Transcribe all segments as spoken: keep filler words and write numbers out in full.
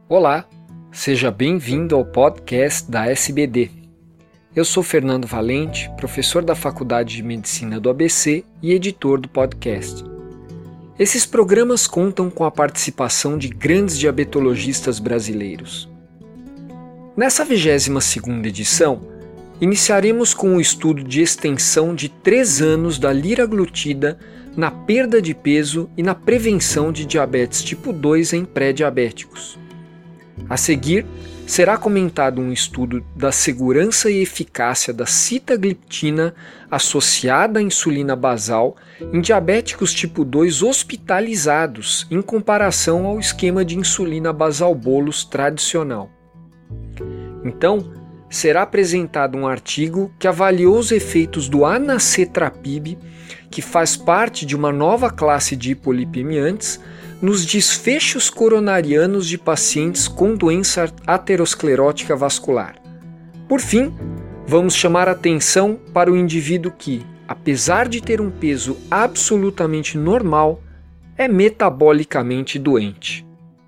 Olá, seja bem-vindo ao podcast da S B D. Eu sou Fernando Valente, professor da Faculdade de Medicina do A B C e editor do podcast. Esses programas contam com a participação de grandes diabetologistas brasileiros. Nessa vigésima segunda edição, iniciaremos com o estudo de extensão de três anos da liraglutida na perda de peso e na prevenção de diabetes tipo dois em pré-diabéticos. A seguir, será comentado um estudo da segurança e eficácia da sitagliptina associada à insulina basal em diabéticos tipo dois hospitalizados em comparação ao esquema de insulina basal bolus tradicional. Então, será apresentado um artigo que avaliou os efeitos do anacetrapib, que faz parte de uma nova classe de hipolipemiantes, nos desfechos coronarianos de pacientes com doença aterosclerótica vascular. Por fim, vamos chamar atenção para o indivíduo que, apesar de ter um peso absolutamente normal, é metabolicamente doente.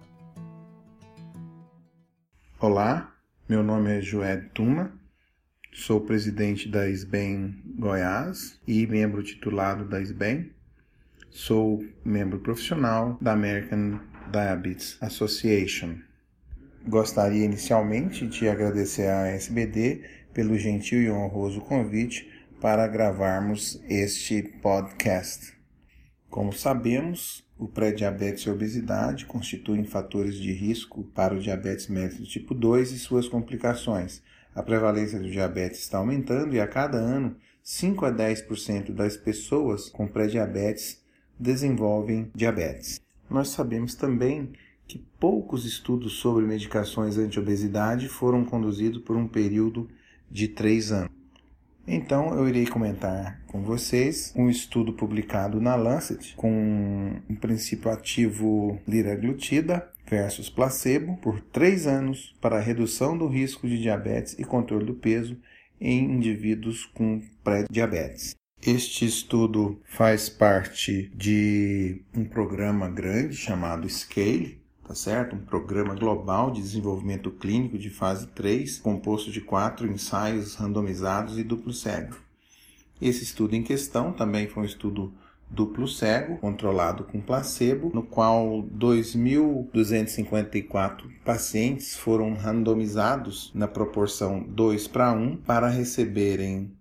Olá, meu nome é Joed Tuma, sou presidente da S B E M Goiás e membro titulado da S B E M. Sou membro profissional da American Diabetes Association. Gostaria inicialmente de agradecer à S B D pelo gentil e honroso convite para gravarmos este podcast. Como sabemos, o pré-diabetes e a obesidade constituem fatores de risco para o diabetes mellitus tipo dois e suas complicações. A prevalência do diabetes está aumentando e a cada ano, cinco a dez por cento das pessoas com pré-diabetes desenvolvem diabetes. Nós sabemos também que poucos estudos sobre medicações anti-obesidade foram conduzidos por um período de três anos. Então, eu irei comentar com vocês um estudo publicado na Lancet com um princípio ativo liraglutida versus placebo por três anos para a redução do risco de diabetes e controle do peso em indivíduos com pré-diabetes. Este estudo faz parte de um programa grande chamado SCALE, tá certo? Um programa global de desenvolvimento clínico de fase três, composto de quatro ensaios randomizados e duplo cego. Esse estudo em questão também foi um estudo duplo cego, controlado com placebo, no qual dois mil duzentos e cinquenta e quatro pacientes foram randomizados na proporção dois para um para receberem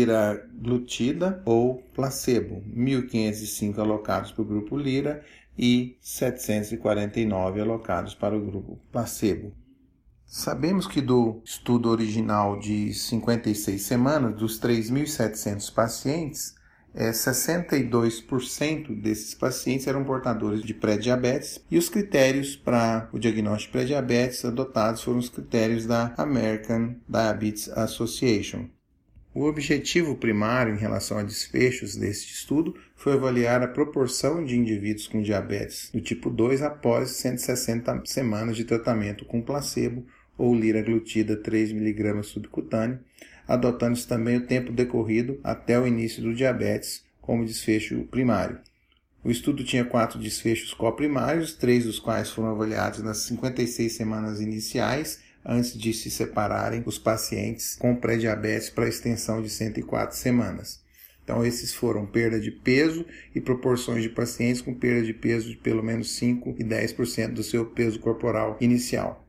liraglutida ou placebo, mil quinhentos e cinco alocados para o grupo lira e setecentos e quarenta e nove alocados para o grupo placebo. Sabemos que do estudo original de cinquenta e seis semanas, dos três mil e setecentos pacientes, é, sessenta e dois por cento desses pacientes eram portadores de pré-diabetes e os critérios para o diagnóstico de pré-diabetes adotados foram os critérios da American Diabetes Association. O objetivo primário em relação a desfechos deste estudo foi avaliar a proporção de indivíduos com diabetes do tipo dois após cento e sessenta semanas de tratamento com placebo ou liraglutida três miligramas subcutâneo, adotando-se também o tempo decorrido até o início do diabetes como desfecho primário. O estudo tinha quatro desfechos coprimários, três dos quais foram avaliados nas cinquenta e seis semanas iniciais, antes de se separarem os pacientes com pré-diabetes para a extensão de cento e quatro semanas. Então, esses foram perda de peso e proporções de pacientes com perda de peso de pelo menos cinco e dez por cento do seu peso corporal inicial.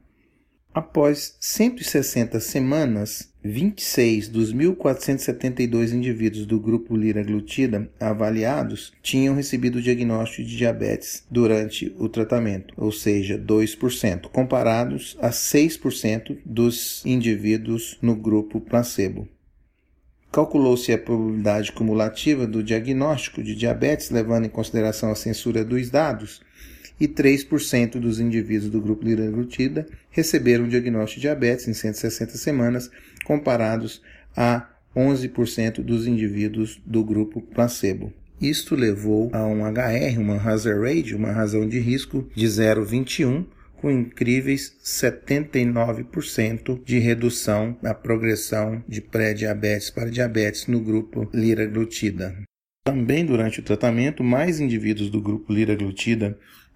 Após cento e sessenta semanas, vinte e seis dos mil quatrocentos e setenta e dois indivíduos do grupo liraglutida avaliados tinham recebido o diagnóstico de diabetes durante o tratamento, ou seja, dois por cento, comparados a seis por cento dos indivíduos no grupo placebo. Calculou-se a probabilidade cumulativa do diagnóstico de diabetes, levando em consideração a censura dos dados, e três por cento dos indivíduos do grupo liraglutida receberam o diagnóstico de diabetes em cento e sessenta semanas, comparados a onze por cento dos indivíduos do grupo placebo. Isto levou a um H R, uma hazard ratio, uma razão de risco de zero vírgula vinte e um, com incríveis setenta e nove por cento de redução na progressão de pré-diabetes para diabetes no grupo liraglutida. Também durante o tratamento, mais indivíduos do grupo liraglutida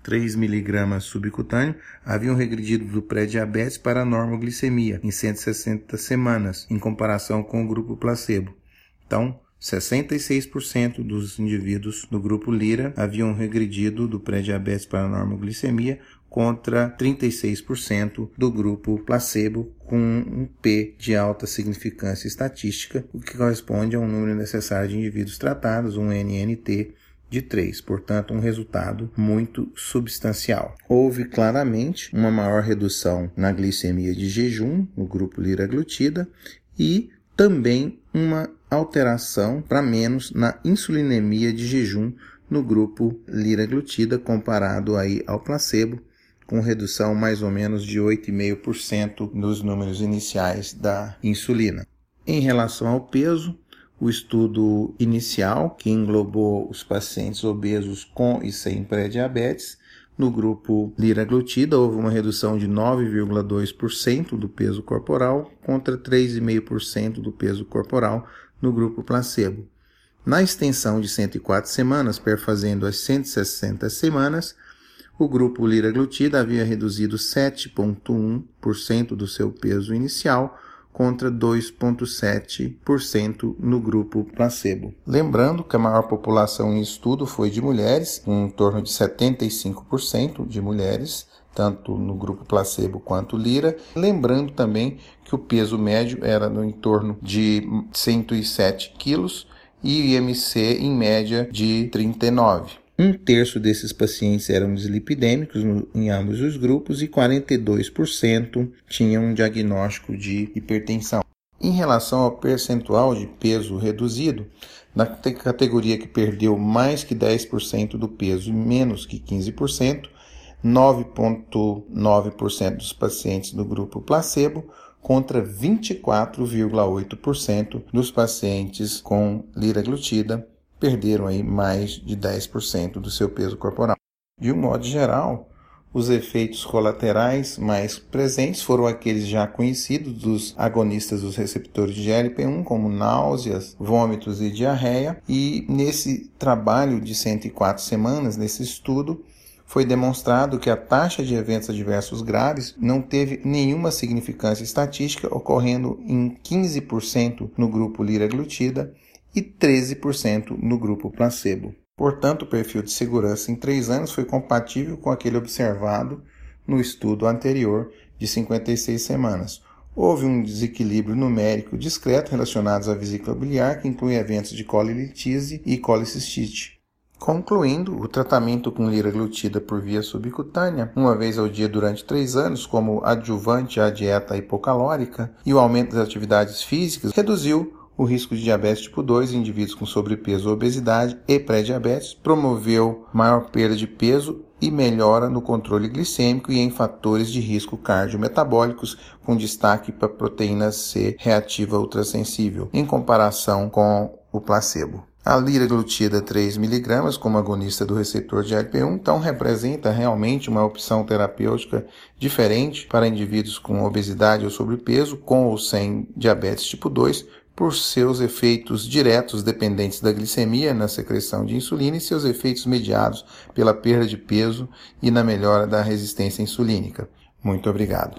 três miligramas subcutâneo haviam regredido do pré-diabetes para a normoglicemia em cento e sessenta semanas, em comparação com o grupo placebo. Então, sessenta e seis por cento dos indivíduos do grupo Lira haviam regredido do pré-diabetes para a normoglicemia contra trinta e seis por cento do grupo placebo, com um P de alta significância estatística, o que corresponde a um número necessário de indivíduos tratados, um N N T de três, portanto um resultado muito substancial. Houve claramente uma maior redução na glicemia de jejum, no grupo liraglutida, e também uma alteração para menos na insulinemia de jejum no grupo liraglutida, comparado aí ao placebo, com redução mais ou menos de oito vírgula cinco por cento nos números iniciais da insulina. Em relação ao peso, o estudo inicial, que englobou os pacientes obesos com e sem pré-diabetes, no grupo liraglutida houve uma redução de nove vírgula dois por cento do peso corporal contra três vírgula cinco por cento do peso corporal no grupo placebo. Na extensão de cento e quatro semanas, perfazendo as cento e sessenta semanas, o grupo liraglutida havia reduzido sete vírgula um por cento do seu peso inicial contra dois vírgula sete por cento no grupo placebo. Lembrando que a maior população em estudo foi de mulheres, em torno de setenta e cinco por cento de mulheres, tanto no grupo placebo quanto lira. Lembrando também que o peso médio era no entorno de cento e sete quilos e o I M C em média de trinta e nove. Um terço desses pacientes eram dislipidêmicos no, em ambos os grupos e quarenta e dois por cento tinham um diagnóstico de hipertensão. Em relação ao percentual de peso reduzido, na categoria que perdeu mais que dez por cento do peso e menos que quinze por cento, nove vírgula nove por cento dos pacientes do grupo placebo contra vinte e quatro vírgula oito por cento dos pacientes com liraglutida, perderam aí mais de dez por cento do seu peso corporal. De um modo geral, os efeitos colaterais mais presentes foram aqueles já conhecidos dos agonistas dos receptores de G L P um, como náuseas, vômitos e diarreia, e nesse trabalho de cento e quatro semanas, nesse estudo, foi demonstrado que a taxa de eventos adversos graves não teve nenhuma significância estatística, ocorrendo em quinze por cento no grupo liraglutida e treze por cento no grupo placebo. Portanto, o perfil de segurança em três anos foi compatível com aquele observado no estudo anterior de cinquenta e seis semanas. Houve um desequilíbrio numérico discreto relacionado à vesícula biliar, que inclui eventos de colilitise e colicistite. Concluindo, o tratamento com liraglutida por via subcutânea, uma vez ao dia durante três anos, como adjuvante à dieta hipocalórica e o aumento das atividades físicas, reduziu o risco de diabetes tipo dois em indivíduos com sobrepeso, obesidade e pré-diabetes, promoveu maior perda de peso e melhora no controle glicêmico e em fatores de risco cardiometabólicos, com destaque para a proteína C reativa ultrassensível, em comparação com o placebo. A liraglutida três miligramas, como agonista do receptor de G L P um, então representa realmente uma opção terapêutica diferente para indivíduos com obesidade ou sobrepeso, com ou sem diabetes tipo dois, por seus efeitos diretos dependentes da glicemia na secreção de insulina e seus efeitos mediados pela perda de peso e na melhora da resistência insulínica. Muito obrigado.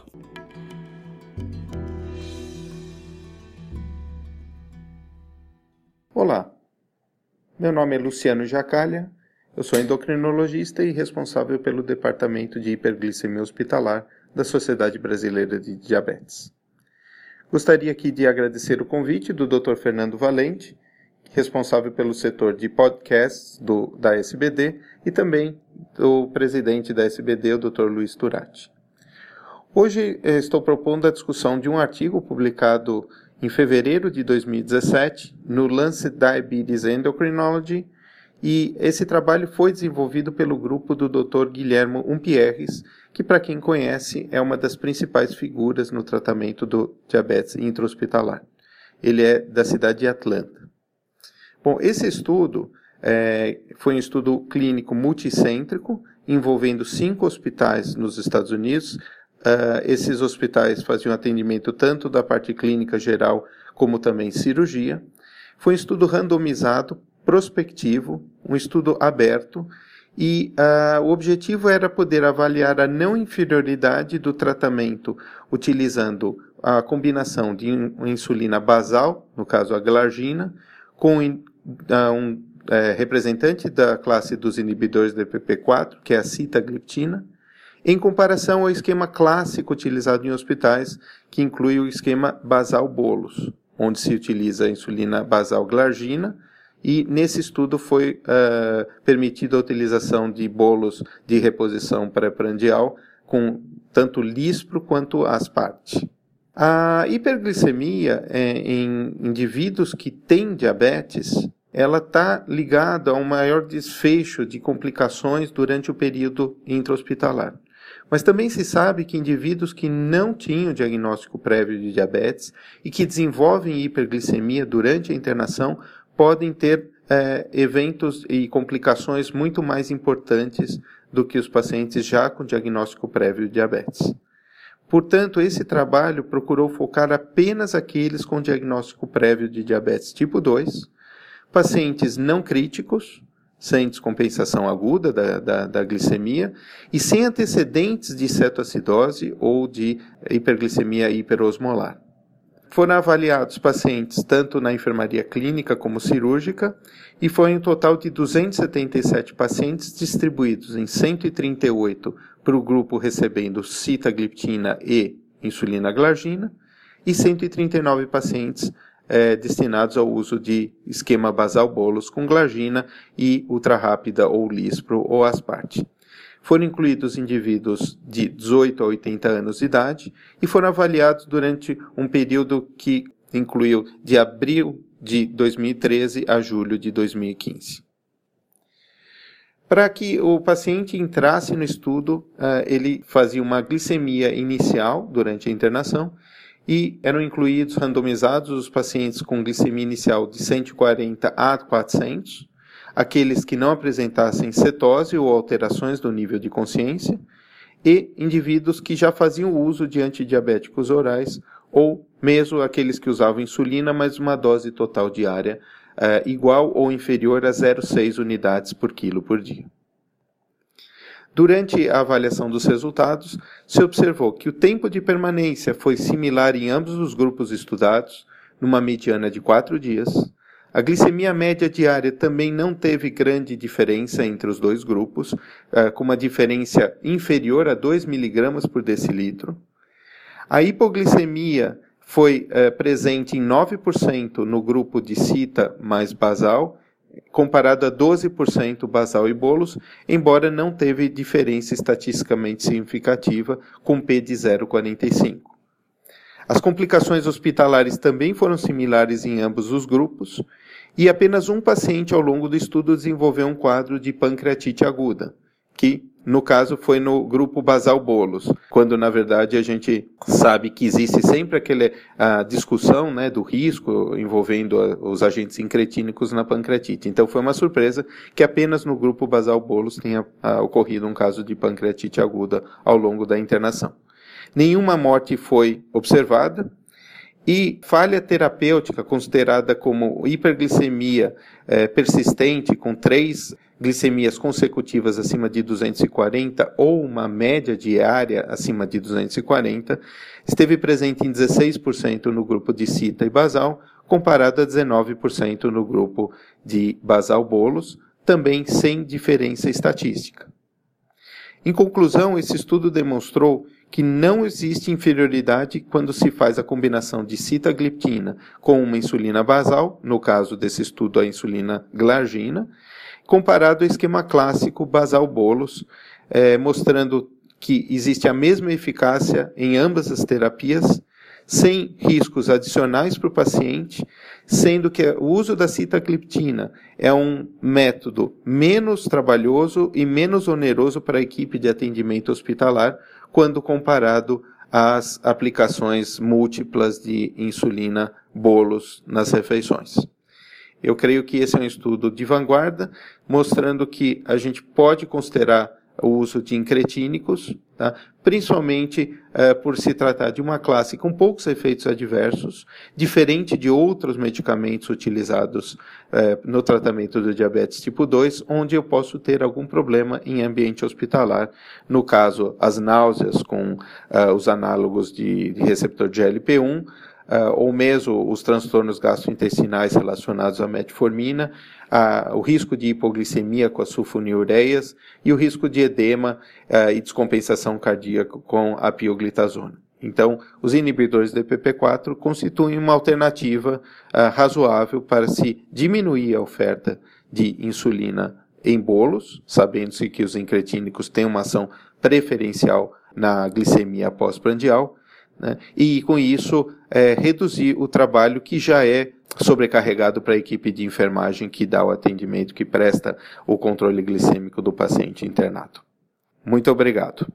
Olá, meu nome é Luciano Jacalha, eu sou endocrinologista e responsável pelo Departamento de Hiperglicemia Hospitalar da Sociedade Brasileira de Diabetes. Gostaria aqui de agradecer o convite do doutor Fernando Valente, responsável pelo setor de podcasts do, da S B D, e também do presidente da S B D, o doutor Luiz Turati. Hoje eh, estou propondo a discussão de um artigo publicado em fevereiro de dois mil e dezessete no Lancet Diabetes Endocrinology, e esse trabalho foi desenvolvido pelo grupo do doutor Guilherme Umpierres, que, para quem conhece, é uma das principais figuras no tratamento do diabetes intra-hospitalar. Ele é da cidade de Atlanta. Bom, esse estudo é, foi um estudo clínico multicêntrico, envolvendo cinco hospitais nos Estados Unidos. Uh, esses hospitais faziam atendimento tanto da parte clínica geral como também cirurgia. Foi um estudo randomizado, prospectivo, um estudo aberto, e uh, o objetivo era poder avaliar a não inferioridade do tratamento utilizando a combinação de insulina basal, no caso a glargina, com uh, um uh, representante da classe dos inibidores do D P P quatro, que é a sitagliptina, em comparação ao esquema clássico utilizado em hospitais, que inclui o esquema basal-bolus, onde se utiliza a insulina basal-glargina, e nesse estudo foi uh, permitida a utilização de bolos de reposição pré-prandial com tanto lispro quanto asparte. A hiperglicemia é, em indivíduos que têm diabetes, ela está ligada a um maior desfecho de complicações durante o período intra-hospitalar. Mas também se sabe que indivíduos que não tinham diagnóstico prévio de diabetes e que desenvolvem hiperglicemia durante a internação podem ter é, eventos e complicações muito mais importantes do que os pacientes já com diagnóstico prévio de diabetes. Portanto, esse trabalho procurou focar apenas aqueles com diagnóstico prévio de diabetes tipo dois, pacientes não críticos, sem descompensação aguda da, da, da glicemia e sem antecedentes de cetoacidose ou de hiperglicemia hiperosmolar. Foram avaliados pacientes tanto na enfermaria clínica como cirúrgica e foi um total de duzentos e setenta e sete pacientes distribuídos em cento e trinta e oito para o grupo recebendo sitagliptina e insulina glargina e cento e trinta e nove pacientes É, destinados ao uso de esquema basal-bolus com glargina e ultra-rápida ou lispro ou asparte. Foram incluídos indivíduos de dezoito a oitenta anos de idade e foram avaliados durante um período que incluiu de abril de dois mil e treze a julho de dois mil e quinze. Para que o paciente entrasse no estudo, uh, ele fazia uma glicemia inicial durante a internação e eram incluídos, randomizados, os pacientes com glicemia inicial de cento e quarenta a quatrocentos, aqueles que não apresentassem cetose ou alterações do nível de consciência, e indivíduos que já faziam uso de antidiabéticos orais, ou mesmo aqueles que usavam insulina, mas uma dose total diária eh, igual ou inferior a zero vírgula seis unidades por quilo por dia. Durante a avaliação dos resultados, se observou que o tempo de permanência foi similar em ambos os grupos estudados, numa mediana de quatro dias. A glicemia média diária também não teve grande diferença entre os dois grupos, com uma diferença inferior a dois miligramas por decilitro. A hipoglicemia foi presente em nove por cento no grupo de cita mais basal, comparado a doze por cento basal e bolus, embora não teve diferença estatisticamente significativa, com P de zero vírgula quarenta e cinco. As complicações hospitalares também foram similares em ambos os grupos, e apenas um paciente ao longo do estudo desenvolveu um quadro de pancreatite aguda, que, no caso, foi no grupo basal-bolus, quando, na verdade, a gente sabe que existe sempre aquela a discussão, né, do risco envolvendo a, os agentes incretínicos na pancreatite. Então, foi uma surpresa que apenas no grupo basal-bolus tenha a, ocorrido um caso de pancreatite aguda ao longo da internação. Nenhuma morte foi observada, e falha terapêutica considerada como hiperglicemia eh, persistente com três glicemias consecutivas acima de duzentos e quarenta ou uma média diária acima de duzentos e quarenta, esteve presente em dezesseis por cento no grupo de cita e basal, comparado a dezenove por cento no grupo de basal-bolus, também sem diferença estatística. Em conclusão, esse estudo demonstrou que não existe inferioridade quando se faz a combinação de sitagliptina com uma insulina basal, no caso desse estudo a insulina glargina, comparado ao esquema clássico basal-bolus, eh, mostrando que existe a mesma eficácia em ambas as terapias, sem riscos adicionais para o paciente, sendo que o uso da sitagliptina é um método menos trabalhoso e menos oneroso para a equipe de atendimento hospitalar, quando comparado às aplicações múltiplas de insulina bolus nas refeições. Eu creio que esse é um estudo de vanguarda, mostrando que a gente pode considerar o uso de incretínicos, tá? Principalmente eh, por se tratar de uma classe com poucos efeitos adversos, diferente de outros medicamentos utilizados eh, no tratamento do diabetes tipo dois, onde eu posso ter algum problema em ambiente hospitalar, no caso, as náuseas com eh, os análogos de, de receptor de G L P um, Uh, ou mesmo os transtornos gastrointestinais relacionados à metformina, uh, o risco de hipoglicemia com as sulfonilureias e o risco de edema uh, e descompensação cardíaca com a pioglitazona. Então, os inibidores de D P P quatro constituem uma alternativa uh, razoável para se diminuir a oferta de insulina em bolos, sabendo-se que os incretínicos têm uma ação preferencial na glicemia pós-prandial, né? E com isso é, reduzir o trabalho que já é sobrecarregado para a equipe de enfermagem que dá o atendimento, que presta o controle glicêmico do paciente internado. Muito obrigado.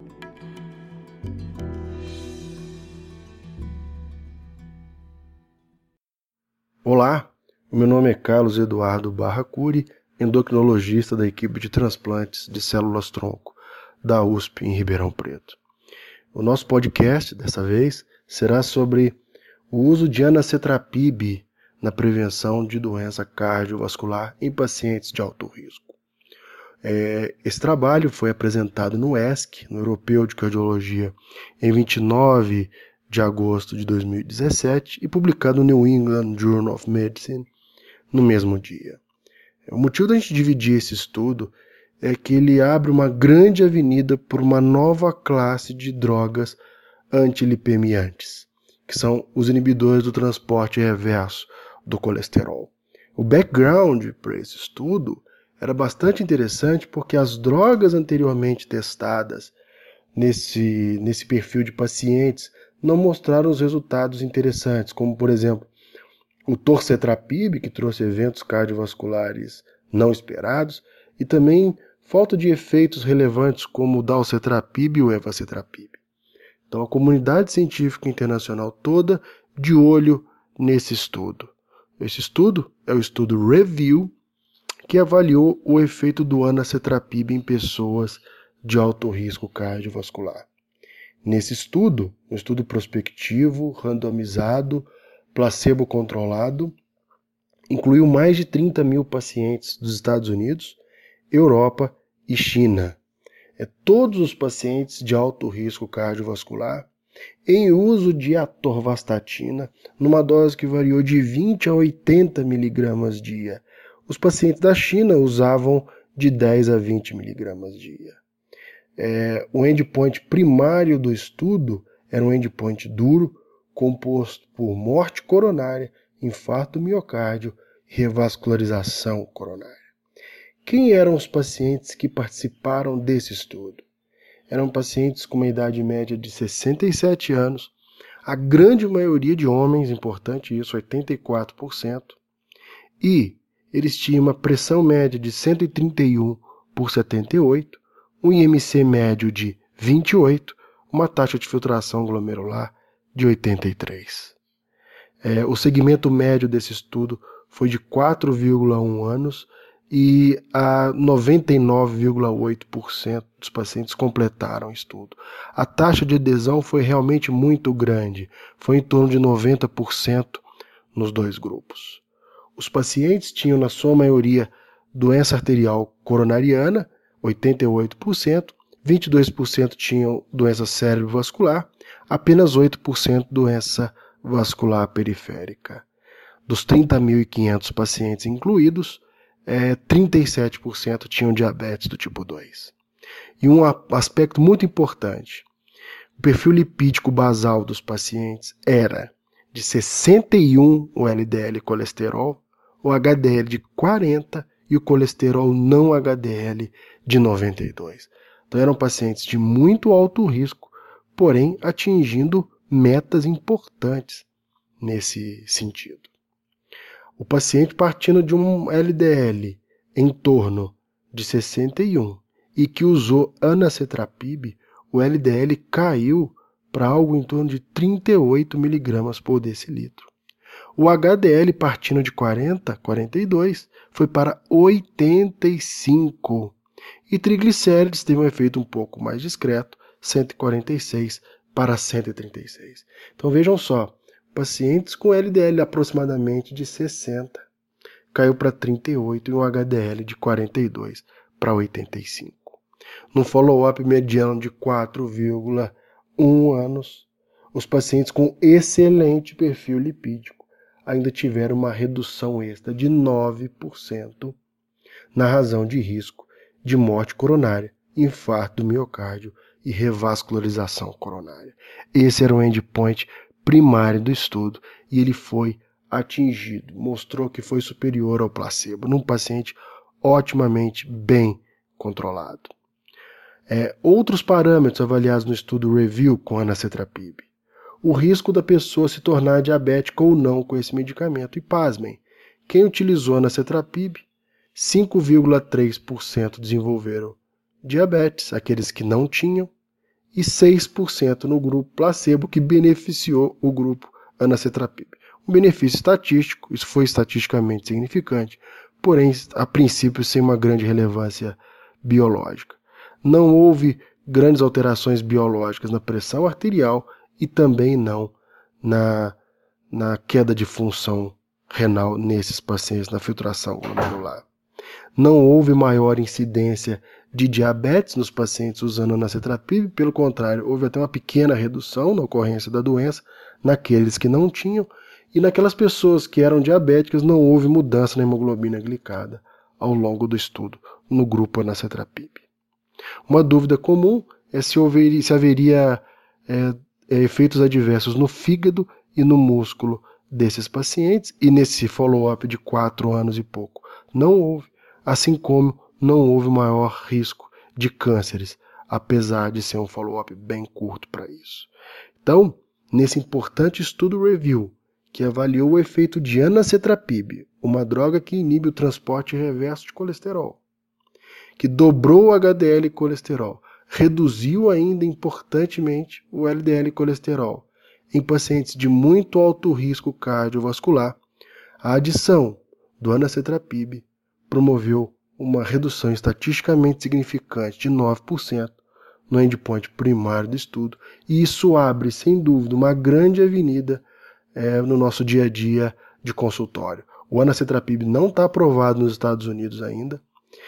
Olá, meu nome é Carlos Eduardo Barra Curi, endocrinologista da equipe de transplantes de células-tronco da U S P em Ribeirão Preto. O nosso podcast, dessa vez, será sobre o uso de anacetrapib na prevenção de doença cardiovascular em pacientes de alto risco. É, esse trabalho foi apresentado no E S C, no Europeu de Cardiologia, em vinte e nove de agosto de dois mil e dezessete e publicado no New England Journal of Medicine no mesmo dia. O motivo da gente dividir esse estudo é que ele abre uma grande avenida por uma nova classe de drogas antilipemiantes, que são os inibidores do transporte reverso do colesterol. O background para esse estudo era bastante interessante porque as drogas anteriormente testadas nesse, nesse perfil de pacientes não mostraram os resultados interessantes, como, por exemplo, o torcetrapib, que trouxe eventos cardiovasculares não esperados, e também falta de efeitos relevantes como o dalcetrapib e o evacetrapib. Então, a comunidade científica internacional toda de olho nesse estudo. Esse estudo é o estudo REVIEW, que avaliou o efeito do anacetrapib em pessoas de alto risco cardiovascular. Nesse estudo, um estudo prospectivo, randomizado, placebo-controlado, incluiu mais de trinta mil pacientes dos Estados Unidos, Europa e China. É, todos os pacientes de alto risco cardiovascular em uso de atorvastatina, numa dose que variou de vinte a oitenta miligramas dia. Os pacientes da China usavam de dez a vinte miligramas dia. É, o endpoint primário do estudo era um endpoint duro, composto por morte coronária, infarto miocárdio e revascularização coronária. Quem eram os pacientes que participaram desse estudo? Eram pacientes com uma idade média de sessenta e sete anos, a grande maioria de homens, importante isso, oitenta e quatro por cento, e eles tinham uma pressão média de cento e trinta e um por setenta e oito, um I M C médio de vinte e oito, uma taxa de filtração glomerular de oitenta e três. É, o segmento médio desse estudo foi de quatro vírgula um anos e a noventa e nove vírgula oito por cento dos pacientes completaram o estudo. A taxa de adesão foi realmente muito grande, foi em torno de noventa por cento nos dois grupos. Os pacientes tinham, na sua maioria, doença arterial coronariana, oitenta e oito por cento, vinte e dois por cento tinham doença cerebrovascular, apenas oito por cento doença vascular periférica. Dos trinta mil e quinhentos pacientes incluídos, é, trinta e sete por cento tinham diabetes do tipo dois. E um aspecto muito importante, o perfil lipídico basal dos pacientes era de sessenta e um o L D L colesterol, o H D L de quarenta e o colesterol não H D L de noventa e dois. Então eram pacientes de muito alto risco, porém atingindo metas importantes nesse sentido. O paciente partindo de um L D L em torno de sessenta e um e que usou anacetrapib, o L D L caiu para algo em torno de trinta e oito miligramas por decilitro. O H D L partindo de quarenta, quarenta e dois, foi para oitenta e cinco. E triglicérides teve um efeito um pouco mais discreto, cento e quarenta e seis para cento e trinta e seis. Então vejam só, pacientes com L D L aproximadamente de sessenta caiu para trinta e oito e um H D L de quarenta e dois para oitenta e cinco. No follow-up mediano de quatro vírgula um anos, os pacientes com excelente perfil lipídico ainda tiveram uma redução extra de nove por cento na razão de risco de morte coronária, infarto do miocárdio e revascularização coronária. Esse era o endpoint primário do estudo e ele foi atingido, mostrou que foi superior ao placebo, num paciente otimamente bem controlado. É, outros parâmetros avaliados no estudo REVIEW com anacetrapib. O risco da pessoa se tornar diabética ou não com esse medicamento. E pasmem, quem utilizou anacetrapib, cinco vírgula três por cento desenvolveram diabetes, aqueles que não tinham, e seis por cento no grupo placebo, que beneficiou o grupo anacetrapib. Um benefício estatístico, isso foi estatisticamente significante, porém, a princípio, sem uma grande relevância biológica. Não houve grandes alterações biológicas na pressão arterial e também não na, na queda de função renal nesses pacientes, na filtração glomerular. Não houve maior incidência de diabetes nos pacientes usando anacetrapib, pelo contrário, houve até uma pequena redução na ocorrência da doença naqueles que não tinham, e naquelas pessoas que eram diabéticas não houve mudança na hemoglobina glicada ao longo do estudo no grupo anacetrapib. Uma dúvida comum é se, houver, se haveria é, é, efeitos adversos no fígado e no músculo desses pacientes, e nesse follow-up de quatro anos e pouco não houve, assim como não houve maior risco de cânceres, apesar de ser um follow-up bem curto para isso. Então, nesse importante estudo REVIEW, que avaliou o efeito de anacetrapib, uma droga que inibe o transporte reverso de colesterol, que dobrou o H D L colesterol, reduziu ainda importantemente o L D L colesterol em pacientes de muito alto risco cardiovascular, a adição do anacetrapib promoveu uma redução estatisticamente significante de nove por cento no endpoint primário do estudo, e isso abre, sem dúvida, uma grande avenida é, no nosso dia a dia de consultório. O anacetrapib não está aprovado nos Estados Unidos ainda,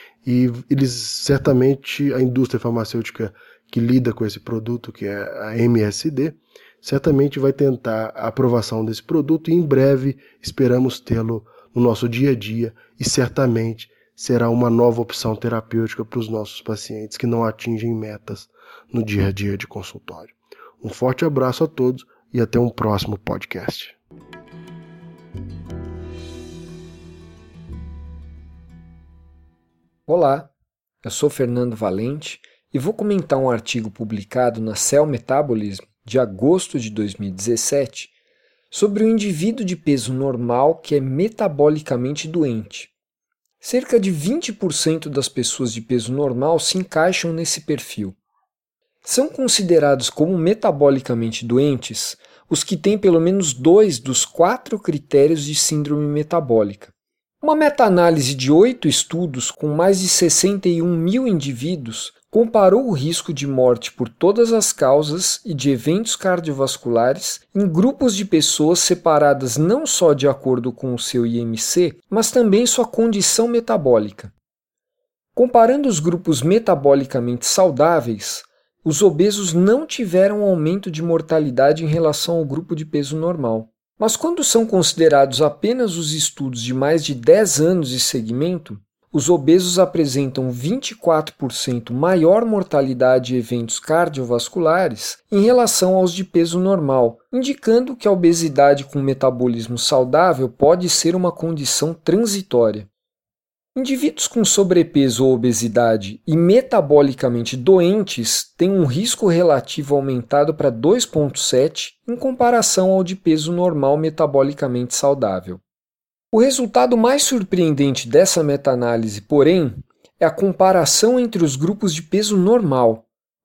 e eles certamente, a indústria farmacêutica que lida com esse produto, que é a M S D, certamente vai tentar a aprovação desse produto e em breve esperamos tê-lo no nosso dia a dia e certamente será uma nova opção terapêutica para os nossos pacientes que não atingem metas no dia a dia de consultório. Um forte abraço a todos e até um próximo podcast. Olá, eu sou Fernando Valente e vou comentar um artigo publicado na Cell Metabolism de agosto de dois mil e dezessete sobre um indivíduo de peso normal que é metabolicamente doente. Cerca de vinte por cento das pessoas de peso normal se encaixam nesse perfil. São considerados como metabolicamente doentes os que têm pelo menos dois dos quatro critérios de síndrome metabólica. Uma meta-análise de oito estudos com mais de sessenta e um mil indivíduos comparou o risco de morte por todas as causas e de eventos cardiovasculares em grupos de pessoas separadas não só de acordo com o seu I M C, mas também sua condição metabólica. Comparando os grupos metabolicamente saudáveis, os obesos não tiveram aumento de mortalidade em relação ao grupo de peso normal. Mas quando são considerados apenas os estudos de mais de dez anos de segmento, os obesos apresentam vinte e quatro por cento maior mortalidade e eventos cardiovasculares em relação aos de peso normal, indicando que a obesidade com metabolismo saudável pode ser uma condição transitória. Indivíduos com sobrepeso ou obesidade e metabolicamente doentes têm um risco relativo aumentado para dois vírgula sete em comparação ao de peso normal metabolicamente saudável. O resultado mais surpreendente dessa meta-análise, porém, é a comparação entre os grupos de peso normal.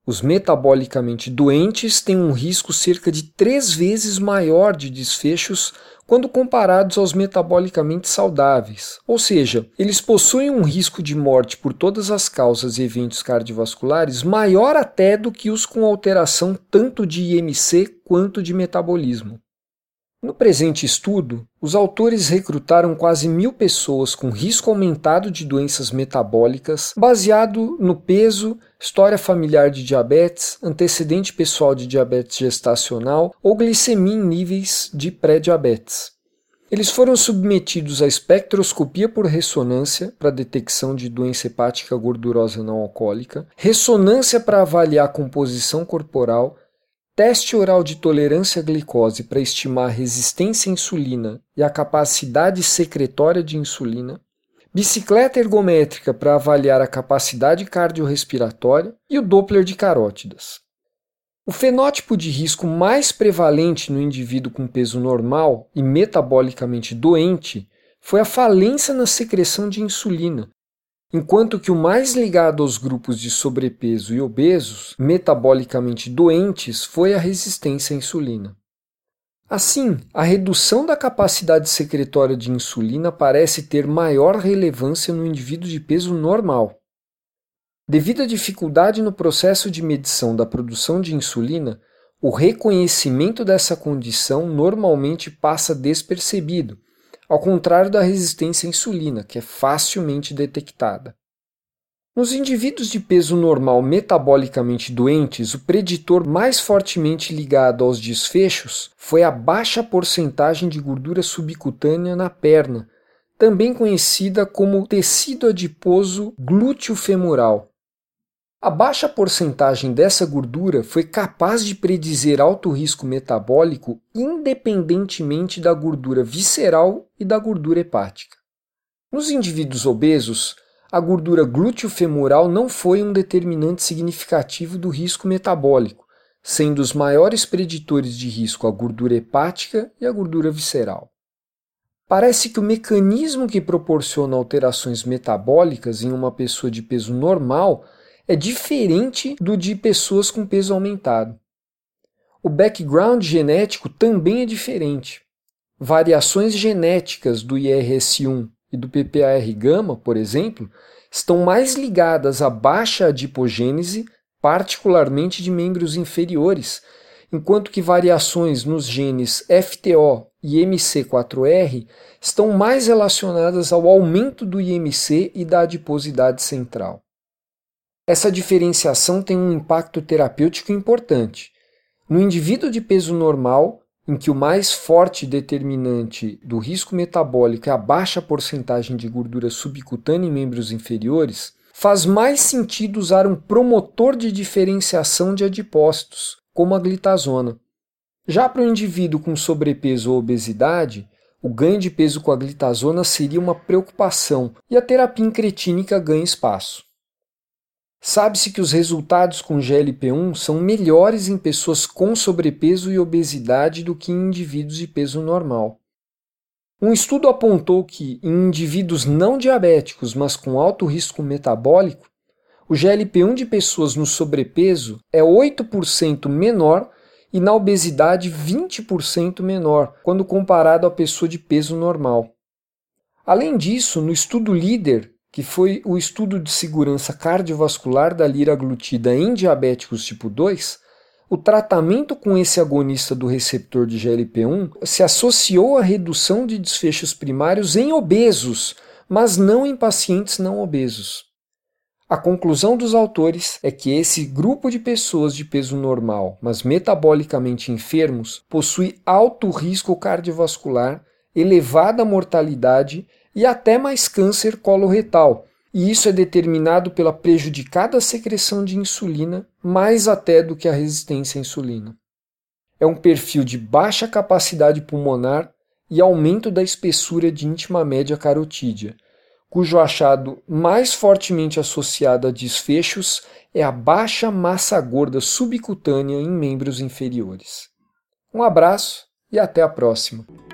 Os metabolicamente doentes têm um risco cerca de três vezes maior de desfechos quando comparados aos metabolicamente saudáveis, ou seja, eles possuem um risco de morte por todas as causas e eventos cardiovasculares maior até do que os com alteração tanto de I M C quanto de metabolismo. No presente estudo, os autores recrutaram quase mil pessoas com risco aumentado de doenças metabólicas, baseado no peso, história familiar de diabetes, antecedente pessoal de diabetes gestacional ou glicemia em níveis de pré-diabetes. Eles foram submetidos à espectroscopia por ressonância para detecção de doença hepática gordurosa não alcoólica, ressonância para avaliar a composição corporal, teste oral de tolerância à glicose para estimar a resistência à insulina e a capacidade secretória de insulina, bicicleta ergométrica para avaliar a capacidade cardiorrespiratória e o Doppler de carótidas. O fenótipo de risco mais prevalente no indivíduo com peso normal e metabolicamente doente foi a falência na secreção de insulina, enquanto que o mais ligado aos grupos de sobrepeso e obesos, metabolicamente doentes, foi a resistência à insulina. Assim, a redução da capacidade secretória de insulina parece ter maior relevância no indivíduo de peso normal. Devido à dificuldade no processo de medição da produção de insulina, o reconhecimento dessa condição normalmente passa despercebido, ao contrário da resistência à insulina, que é facilmente detectada. Nos indivíduos de peso normal metabolicamente doentes, o preditor mais fortemente ligado aos desfechos foi a baixa porcentagem de gordura subcutânea na perna, também conhecida como tecido adiposo glúteo-femoral. A baixa porcentagem dessa gordura foi capaz de predizer alto risco metabólico independentemente da gordura visceral e da gordura hepática. Nos indivíduos obesos, a gordura glúteo-femoral não foi um determinante significativo do risco metabólico, sendo os maiores preditores de risco a gordura hepática e a gordura visceral. Parece que o mecanismo que proporciona alterações metabólicas em uma pessoa de peso normal é diferente do de pessoas com peso aumentado. O background genético também é diferente. Variações genéticas do I R S um e do P P A R gama, por exemplo, estão mais ligadas à baixa adipogênese, particularmente de membros inferiores, enquanto que variações nos genes F T O e M C quatro R estão mais relacionadas ao aumento do I M C e da adiposidade central. Essa diferenciação tem um impacto terapêutico importante. No indivíduo de peso normal, em que o mais forte determinante do risco metabólico é a baixa porcentagem de gordura subcutânea em membros inferiores, faz mais sentido usar um promotor de diferenciação de adipócitos, como a glitazona. Já para o indivíduo com sobrepeso ou obesidade, o ganho de peso com a glitazona seria uma preocupação e a terapia incretínica ganha espaço. Sabe-se que os resultados com G L P um são melhores em pessoas com sobrepeso e obesidade do que em indivíduos de peso normal. Um estudo apontou que, em indivíduos não diabéticos, mas com alto risco metabólico, o G L P um de pessoas no sobrepeso é oito por cento menor e na obesidade vinte por cento menor, quando comparado à pessoa de peso normal. Além disso, no estudo líder, que foi o estudo de segurança cardiovascular da liraglutida em diabéticos tipo dois, o tratamento com esse agonista do receptor de G L P um se associou à redução de desfechos primários em obesos, mas não em pacientes não obesos. A conclusão dos autores é que esse grupo de pessoas de peso normal, mas metabolicamente enfermos, possui alto risco cardiovascular, elevada mortalidade e até mais câncer coloretal, e isso é determinado pela prejudicada secreção de insulina, mais até do que a resistência à insulina. É um perfil de baixa capacidade pulmonar e aumento da espessura de íntima média carotídea, cujo achado mais fortemente associado a desfechos é a baixa massa gorda subcutânea em membros inferiores. Um abraço e até a próxima!